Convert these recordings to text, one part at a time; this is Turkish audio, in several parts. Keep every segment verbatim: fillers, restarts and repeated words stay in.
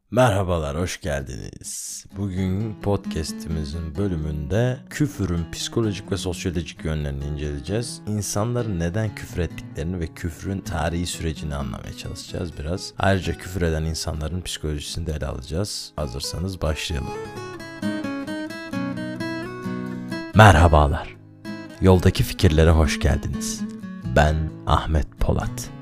Merhabalar, hoş geldiniz. Bugün podcast'imizin bölümünde küfürün psikolojik ve sosyolojik yönlerini inceleyeceğiz. İnsanların neden küfür ettiklerini ve küfrün tarihi sürecini anlamaya çalışacağız biraz. Ayrıca küfür eden insanların psikolojisini de ele alacağız. Hazırsanız başlayalım. Merhabalar. Yoldaki fikirlere hoş geldiniz. Ben Ahmet Polat.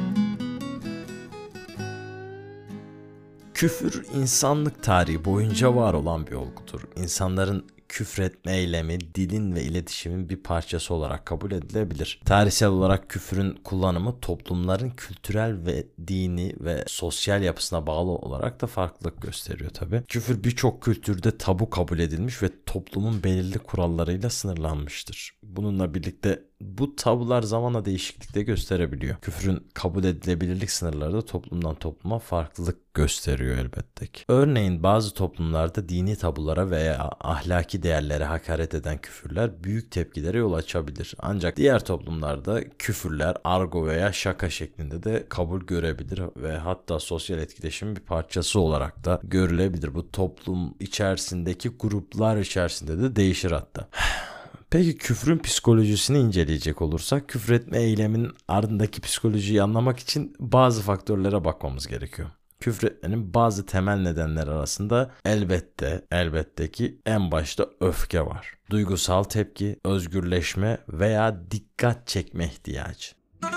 Küfür, insanlık tarihi boyunca var olan bir olgudur. İnsanların küfretme eylemi, dilin ve iletişimin bir parçası olarak kabul edilebilir. Tarihsel olarak küfürün kullanımı toplumların kültürel ve dini ve sosyal yapısına bağlı olarak da farklılık gösteriyor tabii. Küfür birçok kültürde tabu kabul edilmiş ve toplumun belirli kurallarıyla sınırlanmıştır. Bununla birlikte bu tabular zamanla değişiklik de gösterebiliyor. Küfrün kabul edilebilirlik sınırları da toplumdan topluma farklılık gösteriyor elbette ki. Örneğin bazı toplumlarda dini tabulara veya ahlaki değerlere hakaret eden küfürler büyük tepkilere yol açabilir. Ancak diğer toplumlarda küfürler argo veya şaka şeklinde de kabul görebilir ve hatta sosyal etkileşimin bir parçası olarak da görülebilir. Bu toplum içerisindeki gruplar içerisinde de değişir hatta. Peki küfrün psikolojisini inceleyecek olursak küfretme eyleminin ardındaki psikolojiyi anlamak için bazı faktörlere bakmamız gerekiyor. Küfretmenin bazı temel nedenleri arasında elbette elbette ki en başta öfke var. Duygusal tepki, özgürleşme veya dikkat çekme ihtiyacı.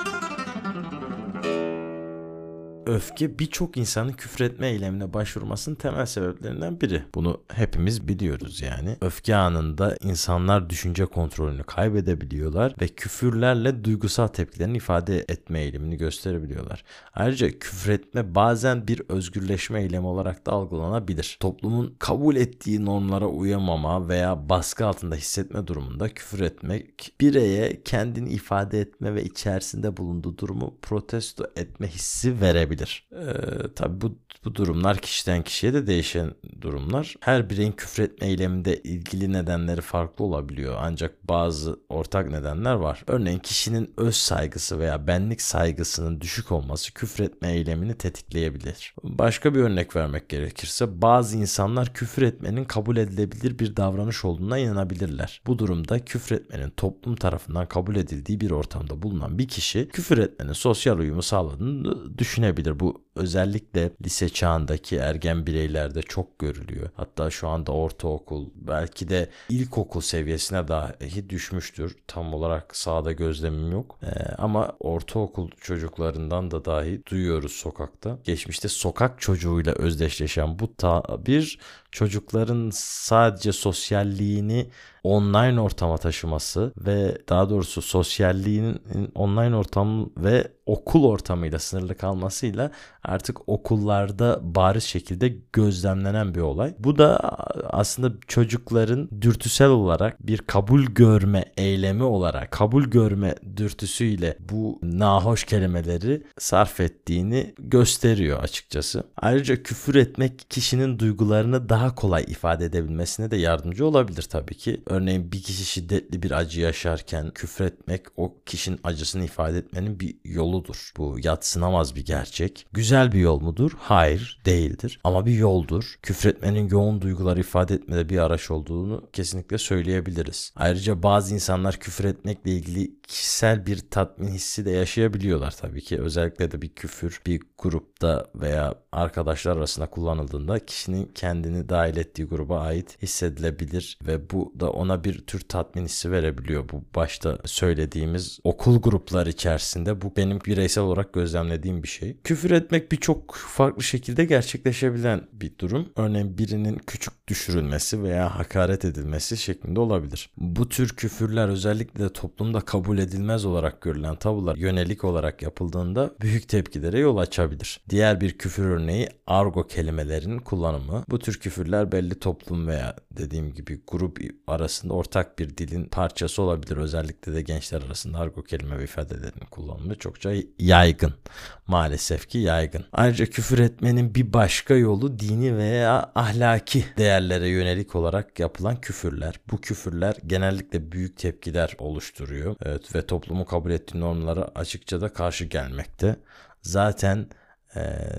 Öfke birçok insanın küfretme eylemine başvurmasının temel sebeplerinden biri. Bunu hepimiz biliyoruz yani. Öfke anında insanlar düşünce kontrolünü kaybedebiliyorlar ve küfürlerle duygusal tepkilerini ifade etme eğilimini gösterebiliyorlar. Ayrıca küfretme bazen bir özgürleşme eylemi olarak da algılanabilir. Toplumun kabul ettiği normlara uyamama veya baskı altında hissetme durumunda küfür etmek bireye kendini ifade etme ve içerisinde bulunduğu durumu protesto etme hissi verebilir. Ee, tabii bu, bu durumlar kişiden kişiye de değişen durumlar. Her bireyin küfretme eyleminde ilgili nedenleri farklı olabiliyor. Ancak bazı ortak nedenler var. Örneğin kişinin öz saygısı veya benlik saygısının düşük olması küfretme eylemini tetikleyebilir. Başka bir örnek vermek gerekirse bazı insanlar küfür etmenin kabul edilebilir bir davranış olduğuna inanabilirler. Bu durumda küfretmenin toplum tarafından kabul edildiği bir ortamda bulunan bir kişi küfür etmenin sosyal uyumu sağladığını düşünebilir. Bu özellikle lise çağındaki ergen bireylerde çok görülüyor. Hatta şu anda ortaokul, belki de ilkokul seviyesine dahi düşmüştür. Tam olarak sahada gözlemim yok. Ee, ama ortaokul çocuklarından da dahi duyuyoruz sokakta. Geçmişte sokak çocuğuyla özdeşleşen bu tabir çocukların sadece sosyalliğini online ortama taşıması ve daha doğrusu sosyalliğinin online ortam ve okul ortamıyla sınırlı kalmasıyla artık okullarda bariz şekilde gözlemlenen bir olay. Bu da aslında çocukların dürtüsel olarak bir kabul görme eylemi olarak kabul görme dürtüsüyle bu nahoş kelimeleri sarf ettiğini gösteriyor açıkçası. Ayrıca küfür etmek kişinin duygularını daha kolay ifade edebilmesine de yardımcı olabilir tabii ki. Örneğin bir kişi şiddetli bir acı yaşarken küfretmek o kişinin acısını ifade etmenin bir yoludur. Bu yadsınamaz bir gerçek. Güzel bir yol mudur? Hayır, değildir. Ama bir yoldur. Küfretmenin yoğun duyguları ifade etmede bir araç olduğunu kesinlikle söyleyebiliriz. Ayrıca bazı insanlar küfür etmekle ilgili kişisel bir tatmin hissi de yaşayabiliyorlar tabii ki. Özellikle de bir küfür bir grupta veya arkadaşlar arasında kullanıldığında kişinin kendini dahil ettiği gruba ait hissedilebilir ve bu da ona bir tür tatmin hissi verebiliyor. Bu başta söylediğimiz okul grupları içerisinde bu benim bireysel olarak gözlemlediğim bir şey. Küfür etmek birçok farklı şekilde gerçekleşebilen bir durum. Örneğin birinin küçük düşürülmesi veya hakaret edilmesi şeklinde olabilir. Bu tür küfürler özellikle de toplumda kabul edilmez olarak görülen tabular yönelik olarak yapıldığında büyük tepkilere yol açabilir. Diğer bir küfür örneği argo kelimelerinin kullanımı. Bu tür küfürler belli toplum veya dediğim gibi grup arasında ortak bir dilin parçası olabilir. Özellikle de gençler arasında argo kelime ve ifadelerinin kullanımı çokça yaygın. Maalesef ki yaygın. Ayrıca küfür etmenin bir başka yolu dini veya ahlaki değerlere yönelik olarak yapılan küfürler. Bu küfürler genellikle büyük tepkiler oluşturuyor. Evet, ve toplumu kabul ettiği normlara açıkça da karşı gelmekte. Zaten e,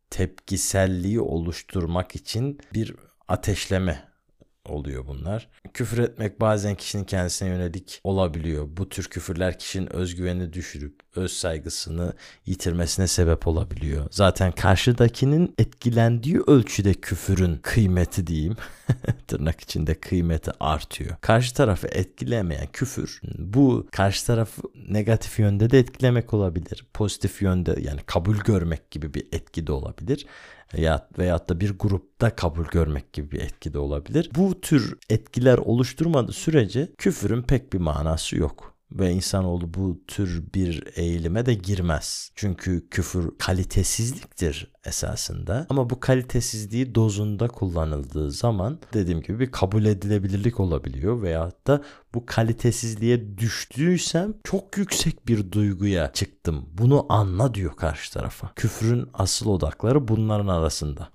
tepkiselliği oluşturmak için bir ateşleme oluyor bunlar. Küfür etmek bazen kişinin kendisine yönelik olabiliyor. Bu tür küfürler kişinin özgüvenini düşürüp öz saygısını yitirmesine sebep olabiliyor. Zaten karşıdakinin etkilendiği ölçüde küfürün kıymeti diyeyim, tırnak içinde kıymeti artıyor. Karşı tarafı etkilemeyen küfür, bu karşı tarafı negatif yönde de etkilemek olabilir. Pozitif yönde, yani kabul görmek gibi bir etki de olabilir. Ya veyahut da bir grupta kabul görmek gibi bir etki de olabilir. Bu tür etkiler oluşturmadığı sürece küfürün pek bir manası yok. Ve insanoğlu bu tür bir eğilime de girmez. Çünkü küfür kalitesizliktir esasında. Ama bu kalitesizliği dozunda kullanıldığı zaman dediğim gibi bir kabul edilebilirlik olabiliyor. Veyahut da bu kalitesizliğe düştüysem çok yüksek bir duyguya çıktım, bunu anla diyor karşı tarafa. Küfrün asıl odakları bunların arasında.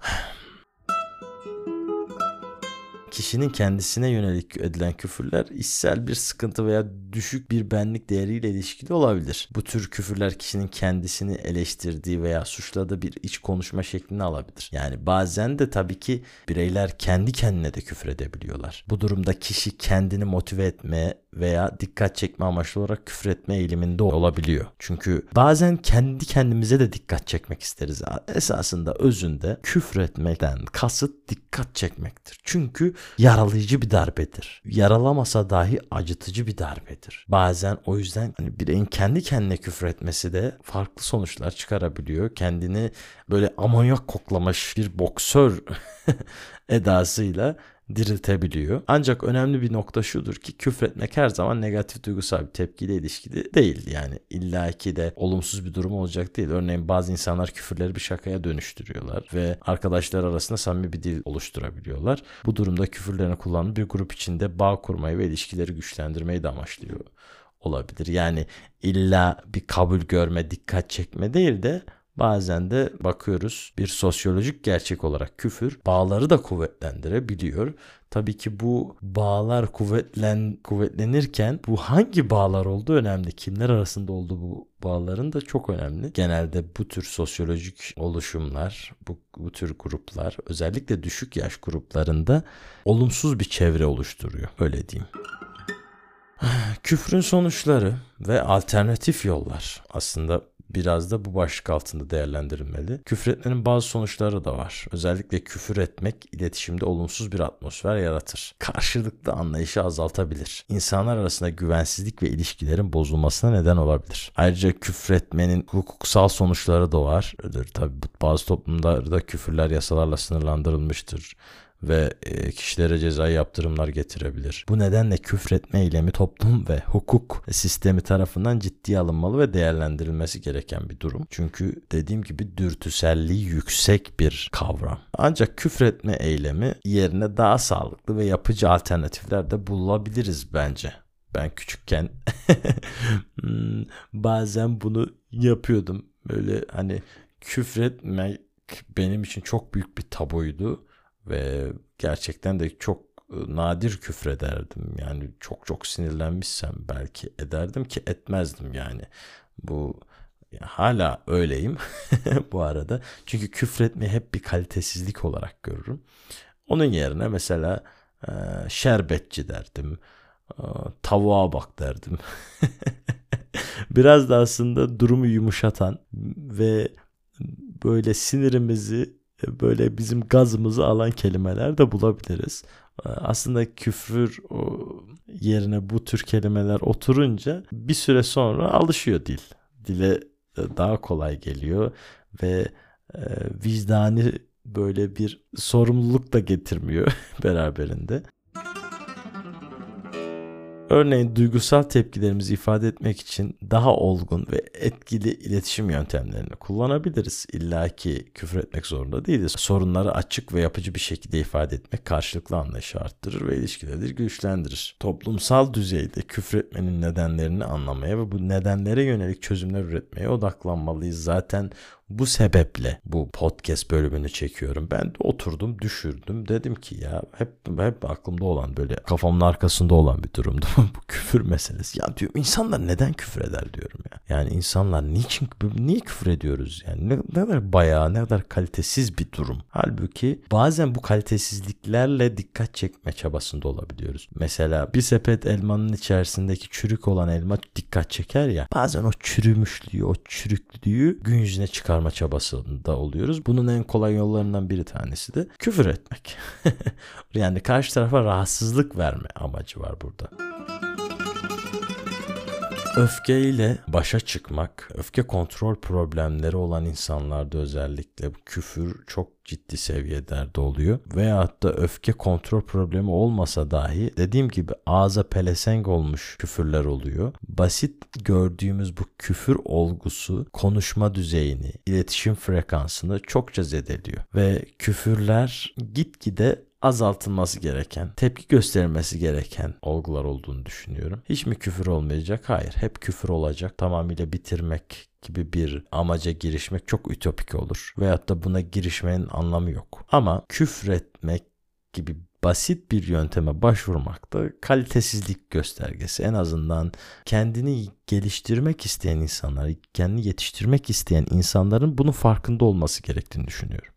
Kişinin kendisine yönelik edilen küfürler içsel bir sıkıntı veya düşük bir benlik değeriyle ilişkili olabilir. Bu tür küfürler kişinin kendisini eleştirdiği veya suçladığı bir iç konuşma şeklini alabilir. Yani bazen de tabii ki bireyler kendi kendine de küfür edebiliyorlar. Bu durumda kişi kendini motive etmeye veya dikkat çekme amaçlı olarak küfür etme eğiliminde olabiliyor. Çünkü bazen kendi kendimize de dikkat çekmek isteriz. Esasında özünde küfür etmekten kasıt dikkat çekmektir. Çünkü yaralayıcı bir darbedir. Yaralamasa dahi acıtıcı bir darbedir. Bazen o yüzden hani bireyin kendi kendine küfür etmesi de farklı sonuçlar çıkarabiliyor. Kendini böyle amonyak koklamış bir boksör edasıyla diriltebiliyor. Ancak önemli bir nokta şudur ki küfretmek her zaman negatif duygusal bir tepkiyle ilişkili değil. Yani illaki de olumsuz bir durum olacak değil. Örneğin bazı insanlar küfürleri bir şakaya dönüştürüyorlar ve arkadaşlar arasında samimi bir dil oluşturabiliyorlar. Bu durumda küfürlerini kullanıp bir grup içinde bağ kurmayı ve ilişkileri güçlendirmeyi de amaçlıyor olabilir. Yani illa bir kabul görme, dikkat çekme değil de bazen de bakıyoruz bir sosyolojik gerçek olarak küfür bağları da kuvvetlendirebiliyor. Tabii ki bu bağlar kuvvetlen kuvvetlenirken bu hangi bağlar olduğu önemli. Kimler arasında olduğu bu bağların da çok önemli. Genelde bu tür sosyolojik oluşumlar, bu, bu tür gruplar özellikle düşük yaş gruplarında olumsuz bir çevre oluşturuyor. Öyle diyeyim. Küfrün sonuçları ve alternatif yollar aslında biraz da bu başlık altında değerlendirilmeli. Küfretmenin bazı sonuçları da var. Özellikle küfür etmek iletişimde olumsuz bir atmosfer yaratır. Karşılıklı anlayışı azaltabilir. İnsanlar arasında güvensizlik ve ilişkilerin bozulmasına neden olabilir. Ayrıca küfretmenin hukuksal sonuçları da var. Tabii bazı toplumlarda küfürler yasalarla sınırlandırılmıştır ve kişilere cezai yaptırımlar getirebilir. Bu nedenle küfretme eylemi toplum ve hukuk sistemi tarafından ciddiye alınmalı ve değerlendirilmesi gereken bir durum. Çünkü dediğim gibi dürtüselliği yüksek bir kavram. Ancak küfretme eylemi yerine daha sağlıklı ve yapıcı alternatifler de bulabiliriz bence. Ben küçükken bazen bunu yapıyordum. Böyle hani küfretmek benim için çok büyük bir tabuydu. Ve gerçekten de çok nadir küfrederdim. Yani çok çok sinirlenmişsem belki ederdim ki etmezdim yani. Bu yani hala öyleyim bu arada. Çünkü küfretmeyi hep bir kalitesizlik olarak görürüm. Onun yerine mesela e, şerbetçi derdim. E, tavuğa bak derdim. Biraz da aslında durumu yumuşatan ve böyle sinirimizi böyle bizim gazımızı alan kelimeler de bulabiliriz. Aslında küfür yerine bu tür kelimeler oturunca bir süre sonra alışıyor dil. Dile daha kolay geliyor ve vicdani böyle bir sorumluluk da getirmiyor beraberinde. Örneğin duygusal tepkilerimizi ifade etmek için daha olgun ve etkili iletişim yöntemlerini kullanabiliriz. İlla ki küfür etmek zorunda değiliz. Sorunları açık ve yapıcı bir şekilde ifade etmek karşılıklı anlayışı arttırır ve ilişkileri güçlendirir. Toplumsal düzeyde küfür etmenin nedenlerini anlamaya ve bu nedenlere yönelik çözümler üretmeye odaklanmalıyız. Zaten Bu sebeple bu podcast bölümünü çekiyorum. Ben de oturdum, düşürdüm. Dedim ki ya hep hep aklımda olan, böyle kafamın arkasında olan bir durumdu bu küfür meselesi. Ya diyorum, insanlar neden küfür eder diyorum ya. Yani insanlar niçin, niye küfür ediyoruz yani? Ne, ne kadar bayağı, ne kadar kalitesiz bir durum. Halbuki bazen bu kalitesizliklerle dikkat çekme çabasında olabiliyoruz. Mesela bir sepet elmanın içerisindeki çürük olan elma dikkat çeker ya. Bazen o çürümüşlüğü, o çürüklüğü gün yüzüne çıkarma çabasında oluyoruz. Bunun en kolay yollarından bir tanesi de küfür etmek. Yani karşı tarafa rahatsızlık verme amacı var burada. Öfkeyle başa çıkmak, öfke kontrol problemleri olan insanlarda özellikle bu küfür çok ciddi seviyelerde oluyor. Veyahut da öfke kontrol problemi olmasa dahi dediğim gibi ağza pelesenk olmuş küfürler oluyor. Basit gördüğümüz bu küfür olgusu konuşma düzeyini, iletişim frekansını çokça zedeliyor. Ve küfürler gitgide azaltılması gereken, tepki gösterilmesi gereken olgular olduğunu düşünüyorum. Hiç mi küfür olmayacak? Hayır. Hep küfür olacak. Tamamıyla bitirmek gibi bir amaca girişmek çok ütopik olur. Veyahut da buna girişmenin anlamı yok. Ama küfretmek gibi basit bir yönteme başvurmak da kalitesizlik göstergesi. En azından kendini geliştirmek isteyen insanlar, kendini yetiştirmek isteyen insanların bunun farkında olması gerektiğini düşünüyorum.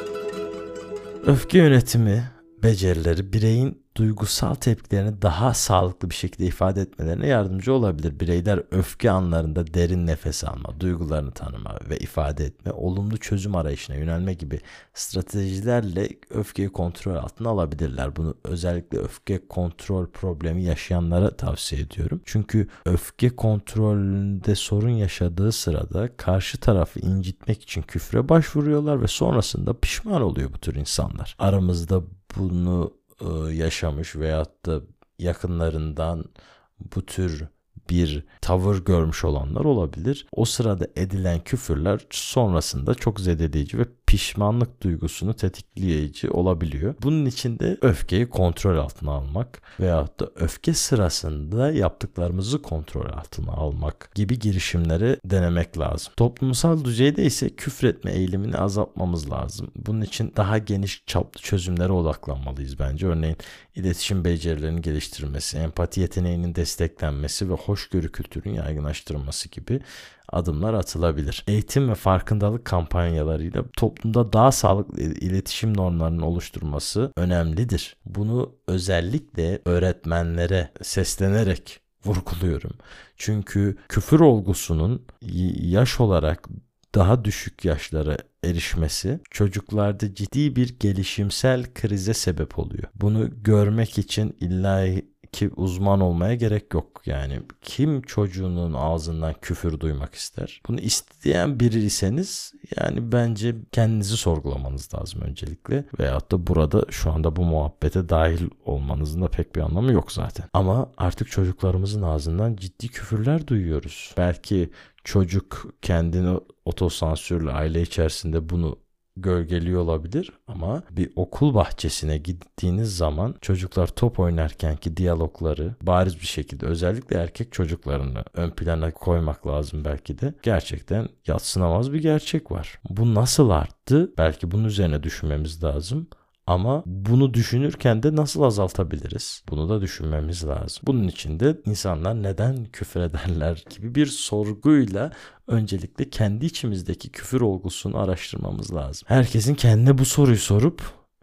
Öfke yönetimi becerileri bireyin duygusal tepkilerini daha sağlıklı bir şekilde ifade etmelerine yardımcı olabilir. Bireyler öfke anlarında derin nefes alma, duygularını tanıma ve ifade etme, olumlu çözüm arayışına yönelme gibi stratejilerle öfkeyi kontrol altına alabilirler. Bunu özellikle öfke kontrol problemi yaşayanlara tavsiye ediyorum. Çünkü öfke kontrolünde sorun yaşadığı sırada karşı tarafı incitmek için küfre başvuruyorlar ve sonrasında pişman oluyor bu tür insanlar. Aramızda bunu yaşamış veyahut da yakınlarından bu tür bir tavır görmüş olanlar olabilir. O sırada edilen küfürler sonrasında çok zedeleyici ve pişmanlık duygusunu tetikleyici olabiliyor. Bunun için de öfkeyi kontrol altına almak veyahut da öfke sırasında yaptıklarımızı kontrol altına almak gibi girişimleri denemek lazım. Toplumsal düzeyde ise küfretme eğilimini azaltmamız lazım. Bunun için daha geniş çaplı çözümlere odaklanmalıyız bence. Örneğin iletişim becerilerinin geliştirilmesi, empati yeteneğinin desteklenmesi ve hoşgörü kültürünün yaygınlaştırılması gibi adımlar atılabilir. Eğitim ve farkındalık kampanyalarıyla toplumda daha sağlıklı iletişim normlarının oluşturulması önemlidir. Bunu özellikle öğretmenlere seslenerek vurguluyorum. Çünkü küfür olgusunun yaş olarak daha düşük yaşlara erişmesi çocuklarda ciddi bir gelişimsel krize sebep oluyor. Bunu görmek için illa ki uzman olmaya gerek yok. Yani kim çocuğunun ağzından küfür duymak ister? Bunu isteyen biriyseniz yani bence kendinizi sorgulamanız lazım öncelikle. Veyahut da burada şu anda bu muhabbete dahil olmanızın da pek bir anlamı yok zaten. Ama artık çocuklarımızın ağzından ciddi küfürler duyuyoruz. Belki çocuk kendini otosansürle aile içerisinde bunu gölgeliyor olabilir ama bir okul bahçesine gittiğiniz zaman çocuklar top oynarkenki diyalogları bariz bir şekilde, özellikle erkek çocuklarını ön plana koymak lazım belki de, gerçekten yadsınamaz bir gerçek var. Bu nasıl arttı? Belki bunun üzerine düşünmemiz lazım. Ama bunu düşünürken de nasıl azaltabiliriz? Bunu da düşünmemiz lazım. Bunun için de insanlar neden küfür ederler gibi bir sorguyla öncelikle kendi içimizdeki küfür olgusunu araştırmamız lazım. Herkesin kendine bu soruyu sorup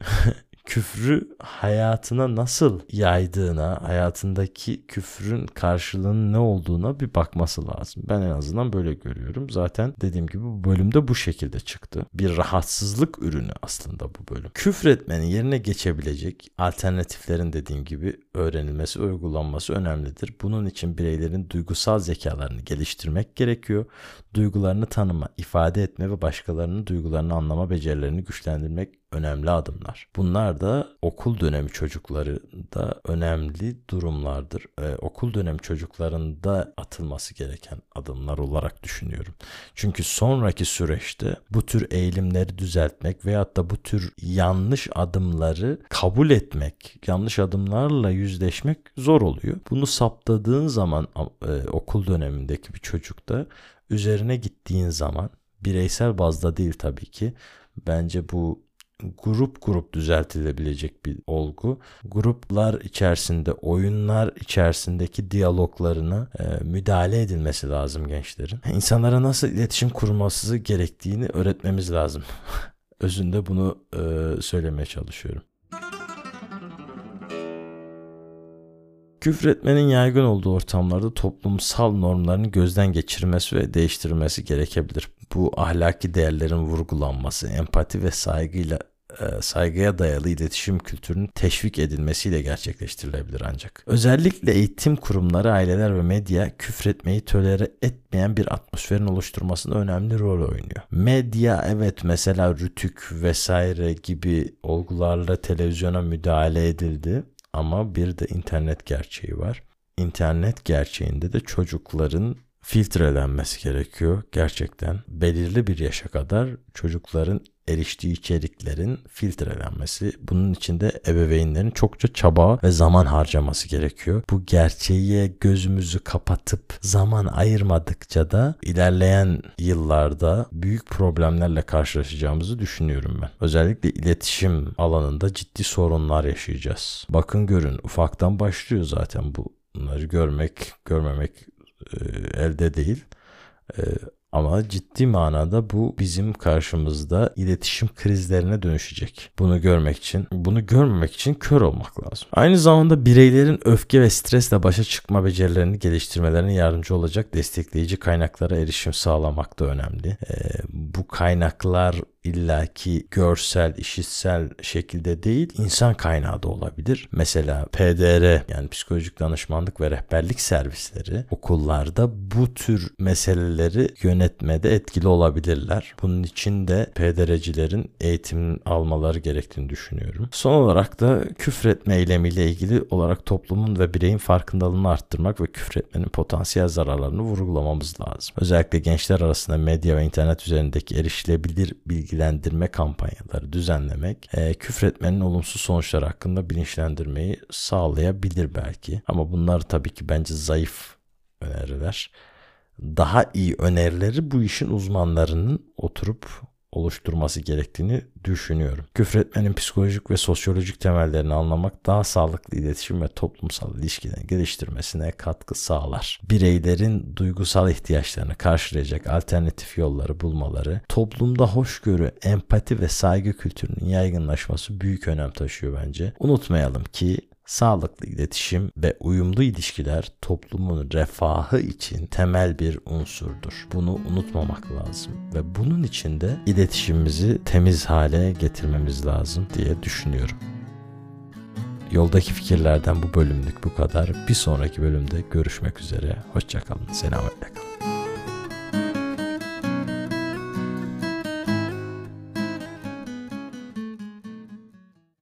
küfrü hayatına nasıl yaydığına, hayatındaki küfrün karşılığının ne olduğuna bir bakması lazım. Ben en azından böyle görüyorum. Zaten dediğim gibi bu bölümde bu şekilde çıktı. Bir rahatsızlık ürünü aslında bu bölüm. Küfretmenin yerine geçebilecek alternatiflerin dediğim gibi öğrenilmesi, uygulanması önemlidir. Bunun için bireylerin duygusal zekalarını geliştirmek gerekiyor. Duygularını tanıma, ifade etme ve başkalarının duygularını anlama becerilerini güçlendirmek önemli adımlar. Bunlar da okul dönemi çocuklarında önemli durumlardır. Ee, okul dönemi çocuklarında atılması gereken adımlar olarak düşünüyorum. Çünkü sonraki süreçte bu tür eğilimleri düzeltmek veyahut da bu tür yanlış adımları kabul etmek, yanlış adımlarla yüzleşmek zor oluyor. Bunu saptadığın zaman e, okul dönemindeki bir çocukta üzerine gittiğin zaman bireysel bazda değil tabii ki. Bence bu grup grup düzeltilebilecek bir olgu. Gruplar içerisinde, oyunlar içerisindeki diyaloglarına e, müdahale edilmesi lazım gençlerin. İnsanlara nasıl iletişim kurması gerektiğini öğretmemiz lazım. Özünde bunu e, söylemeye çalışıyorum. Küfretmenin yaygın olduğu ortamlarda toplumsal normların gözden geçirilmesi ve değiştirilmesi gerekebilir. Bu ahlaki değerlerin vurgulanması, empati ve saygıyla e, saygıya dayalı iletişim kültürünün teşvik edilmesiyle gerçekleştirilebilir ancak. Özellikle eğitim kurumları, aileler ve medya küfretmeyi tolere etmeyen bir atmosferin oluşturmasında önemli rol oynuyor. Medya evet mesela Rütük vesaire gibi olgularla televizyona müdahale edildi. Ama bir de internet gerçeği var. İnternet gerçeğinde de çocukların filtrelenmesi gerekiyor gerçekten. Belirli bir yaşa kadar çocukların eriştiği içeriklerin filtrelenmesi. Bunun için de ebeveynlerin çokça çaba ve zaman harcaması gerekiyor. Bu gerçeğe gözümüzü kapatıp zaman ayırmadıkça da ilerleyen yıllarda büyük problemlerle karşılaşacağımızı düşünüyorum ben. Özellikle iletişim alanında ciddi sorunlar yaşayacağız. Bakın görün, ufaktan başlıyor zaten bunları görmek, görmemek e, elde değil. E, Ama ciddi manada bu bizim karşımızda iletişim krizlerine dönüşecek. Bunu görmek için, bunu görmemek için kör olmak lazım. Aynı zamanda bireylerin öfke ve stresle başa çıkma becerilerini geliştirmelerine yardımcı olacak destekleyici kaynaklara erişim sağlamak da önemli. Ee, bu kaynaklar illaki görsel, işitsel şekilde değil, insan kaynağı da olabilir. Mesela P D R yani psikolojik danışmanlık ve rehberlik servisleri okullarda bu tür meseleleri yönetmede etkili olabilirler. Bunun için de P D R'cilerin eğitim almaları gerektiğini düşünüyorum. Son olarak da küfretme eylemiyle ilgili olarak toplumun ve bireyin farkındalığını arttırmak ve küfretmenin potansiyel zararlarını vurgulamamız lazım. Özellikle gençler arasında medya ve internet üzerindeki erişilebilir bilgi bilgilendirme kampanyaları düzenlemek e, küfretmenin olumsuz sonuçları hakkında bilinçlendirmeyi sağlayabilir belki. Ama bunlar tabii ki bence zayıf öneriler. Daha iyi önerileri bu işin uzmanlarının oturup oluşturması gerektiğini düşünüyorum. Küfretmenin psikolojik ve sosyolojik temellerini anlamak daha sağlıklı iletişim ve toplumsal ilişkilerin geliştirmesine katkı sağlar. Bireylerin duygusal ihtiyaçlarını karşılayacak alternatif yolları bulmaları, toplumda hoşgörü, empati ve saygı kültürünün yaygınlaşması büyük önem taşıyor bence. Unutmayalım ki sağlıklı iletişim ve uyumlu ilişkiler toplumun refahı için temel bir unsurdur. Bunu unutmamak lazım ve bunun için de iletişimimizi temiz hale getirmemiz lazım diye düşünüyorum. Yoldaki fikirlerden bu bölümlük bu kadar. Bir sonraki bölümde görüşmek üzere. Hoşça kalın. Selametle kalın.